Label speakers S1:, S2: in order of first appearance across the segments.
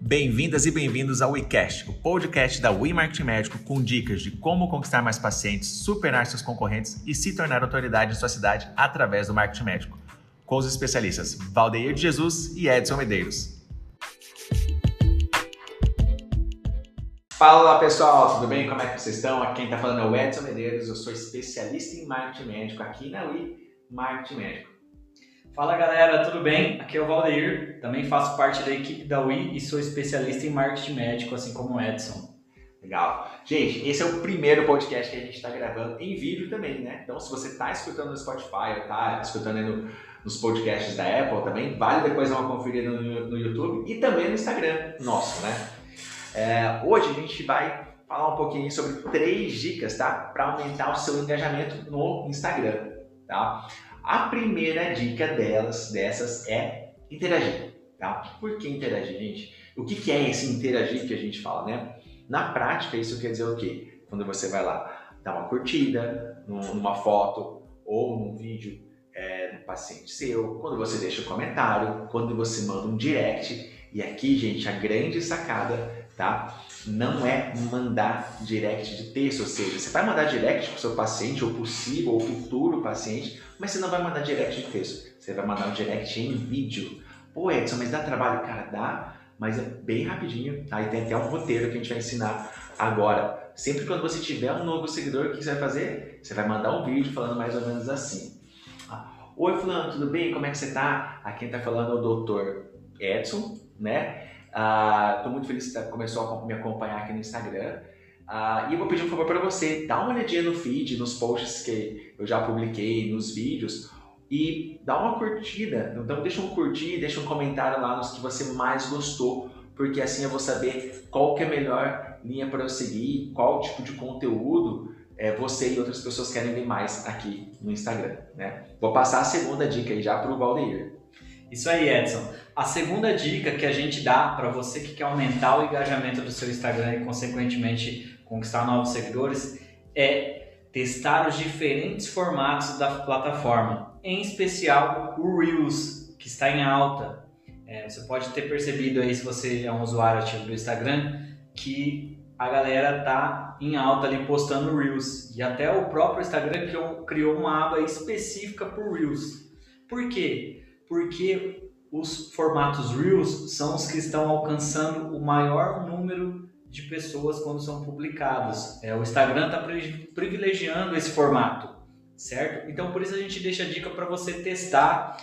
S1: Bem-vindas e bem-vindos ao WeCast, o podcast da We Marketing Médico com dicas de como conquistar mais pacientes, superar seus concorrentes e se tornar autoridade em sua cidade através do marketing médico. Com os especialistas Valdeir de Jesus e Edson Medeiros. Fala pessoal, tudo bem? Como é que vocês estão? Aqui quem está falando é o Edson Medeiros, eu sou especialista em marketing médico aqui na We Marketing Médico.
S2: Fala galera, tudo bem? Aqui é o Valdeir, também faço parte da equipe da We e sou especialista em marketing médico, assim como o Edson.
S1: Legal. Gente, esse é o primeiro podcast que a gente está gravando em vídeo também, né? Então, se você está escutando no Spotify ou está escutando aí nos podcasts da Apple também, vale depois dar uma conferida no YouTube e também no Instagram nosso, né? Hoje a gente vai falar um pouquinho sobre 3 dicas, tá? Para aumentar o seu engajamento no Instagram, tá? A primeira dica dessas é interagir, tá? Por que interagir, gente? O que é esse interagir que a gente fala, né? Na prática, isso quer dizer o quê? Quando você vai lá dar uma curtida numa foto ou num vídeo do paciente seu, quando você deixa um comentário, quando você manda um direct. E aqui, gente, a grande sacada, tá? Não é mandar direct de texto, ou seja, você vai mandar direct para o seu paciente, ou possível, ou futuro paciente, mas você não vai mandar direct de texto, você vai mandar um direct em vídeo. Pô, Edson, mas dá trabalho? Cara, dá, mas é bem rapidinho, tá? E tem até um roteiro que a gente vai ensinar agora. Sempre quando você tiver um novo seguidor, o que você vai fazer? Você vai mandar um vídeo falando mais ou menos assim. Oi, fulano, tudo bem? Como é que você tá? Aqui quem tá falando é o Dr. Edson, né? Tô muito feliz que você começou a me acompanhar aqui no Instagram. E eu vou pedir um favor para você, dá uma olhadinha no feed, nos posts que eu já publiquei, nos vídeos, e dá uma curtida. Então deixa um curtir, deixa um comentário lá nos que você mais gostou, porque assim eu vou saber qual que é a melhor linha para eu seguir, qual tipo de conteúdo você e outras pessoas querem ver mais aqui no Instagram, né? Vou passar a segunda dica aí já para o Valdeir.
S2: Isso aí, Edson. A segunda dica que a gente dá para você que quer aumentar o engajamento do seu Instagram e, consequentemente, conquistar novos seguidores é testar os diferentes formatos da plataforma, em especial o Reels, que está em alta. Você pode ter percebido aí, se você é um usuário ativo do Instagram, que a galera tá em alta ali postando Reels. E até o próprio Instagram criou uma aba específica por Reels. Por quê? Porque os formatos Reels são os que estão alcançando o maior número de pessoas quando são publicados. O Instagram está privilegiando esse formato, certo? Então, por isso a gente deixa a dica para você testar,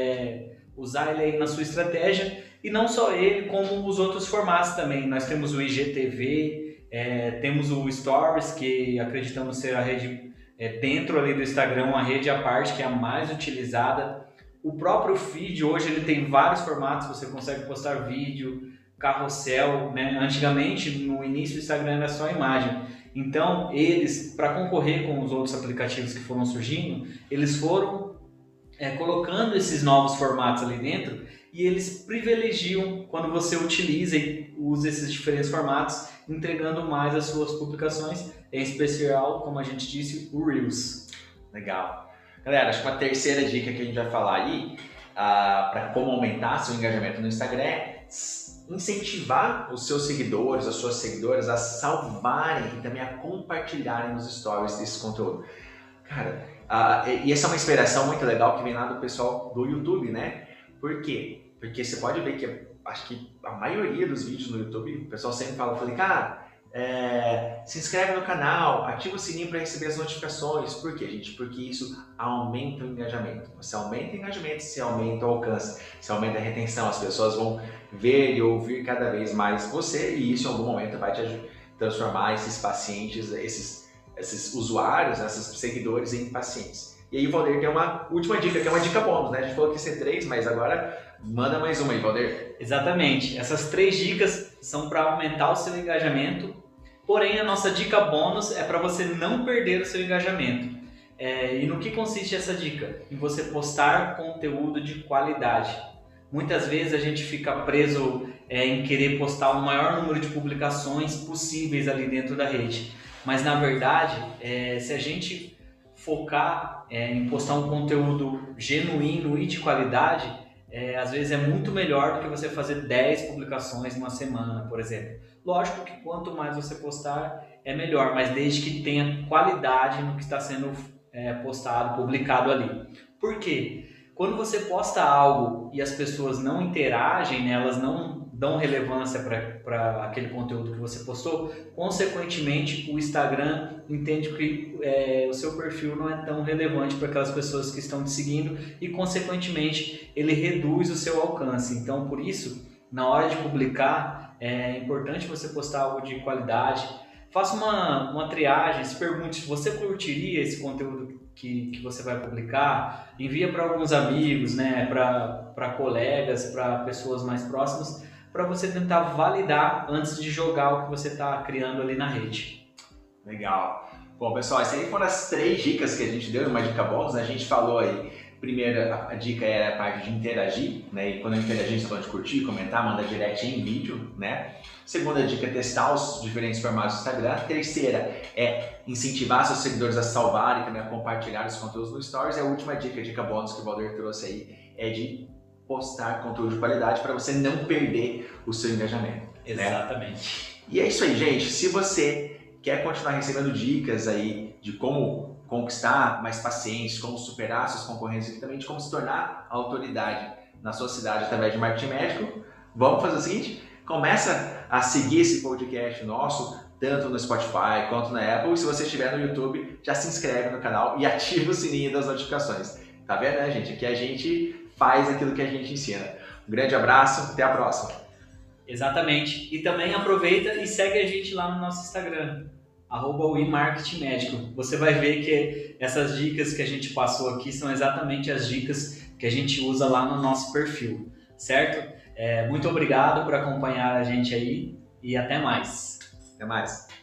S2: usar ele aí na sua estratégia, e não só ele, como os outros formatos também. Nós temos o IGTV, temos o Stories, que acreditamos ser a rede dentro ali do Instagram, uma rede à parte que é a mais utilizada. O próprio feed hoje ele tem vários formatos, você consegue postar vídeo, carrossel, né? Antigamente, no início, o Instagram era só imagem. Então, eles, para concorrer com os outros aplicativos que foram surgindo, eles foram colocando esses novos formatos ali dentro, e eles privilegiam quando você utiliza e usa esses diferentes formatos, entregando mais as suas publicações, em especial, como a gente disse, o Reels.
S1: Legal. Galera, acho que uma terceira dica que a gente vai falar aí para como aumentar seu engajamento no Instagram é incentivar os seus seguidores, as suas seguidoras a salvarem e também a compartilharem nos stories desse conteúdo. Cara, e essa é uma inspiração muito legal que vem lá do pessoal do YouTube, né? Por quê? Porque você pode ver que acho que a maioria dos vídeos no YouTube, o pessoal sempre fala, cara, se inscreve no canal, ativa o sininho para receber as notificações. Por quê, gente? Porque isso aumenta o engajamento. Você aumenta o engajamento, você aumenta o alcance, você aumenta a retenção. As pessoas vão ver e ouvir cada vez mais você, e isso em algum momento vai te transformar esses pacientes, esses usuários, esses seguidores em pacientes. E aí o Valdeir tem uma última dica, que é uma dica bônus, né? A gente falou que ia ser 3, mas agora manda mais uma aí, Valdeir.
S2: Exatamente. Essas 3 dicas são para aumentar o seu engajamento. Porém, a nossa dica bônus é para você não perder o seu engajamento. E no que consiste essa dica? Em você postar conteúdo de qualidade. Muitas vezes a gente fica preso em querer postar o maior número de publicações possíveis ali dentro da rede. Mas, na verdade, se a gente focar em postar um conteúdo genuíno e de qualidade, às vezes é muito melhor do que você fazer 10 publicações numa semana, por exemplo. Lógico que quanto mais você postar, é melhor, mas desde que tenha qualidade no que está sendo postado, publicado ali. Por quê? Quando você posta algo e as pessoas não interagem, né, elas não dão relevância para aquele conteúdo que você postou, consequentemente o Instagram entende que o seu perfil não é tão relevante para aquelas pessoas que estão te seguindo e, consequentemente, ele reduz o seu alcance. Então, por isso, na hora de publicar, é importante você postar algo de qualidade. Faça uma triagem, se pergunte se você curtiria esse conteúdo que você vai publicar, envia para alguns amigos, né, para colegas, para pessoas mais próximas, para você tentar validar antes de jogar o que você está criando ali na rede.
S1: Legal. Bom, pessoal, essas aí foram as 3 dicas que a gente deu, uma dica bônus, né? A gente falou aí, primeira a dica era a parte de interagir, né? E quando interagir, a gente pode curtir, comentar, mandar direct em vídeo, né? Segunda dica é testar os diferentes formatos do Instagram. Terceira é incentivar seus seguidores a salvarem e também a compartilhar os conteúdos no Stories. E a última dica, a dica bônus que o Valdir trouxe aí, é de postar conteúdo de qualidade para você não perder o seu engajamento.
S2: Exatamente.
S1: Né? E é isso aí, gente. Se você quer continuar recebendo dicas aí de como conquistar mais pacientes, como superar seus concorrentes e também de como se tornar autoridade na sua cidade através de marketing médico, vamos fazer o seguinte, começa a seguir esse podcast nosso, tanto no Spotify quanto na Apple, e se você estiver no YouTube, já se inscreve no canal e ativa o sininho das notificações. Tá vendo, né, gente? Aqui a gente faz aquilo que a gente ensina. Um grande abraço, até a próxima.
S2: Exatamente. E também aproveita e segue a gente lá no nosso Instagram, @wemarketingmédico. Você vai ver que essas dicas que a gente passou aqui são exatamente as dicas que a gente usa lá no nosso perfil, certo? Muito obrigado por acompanhar a gente aí e até mais.
S1: Até mais.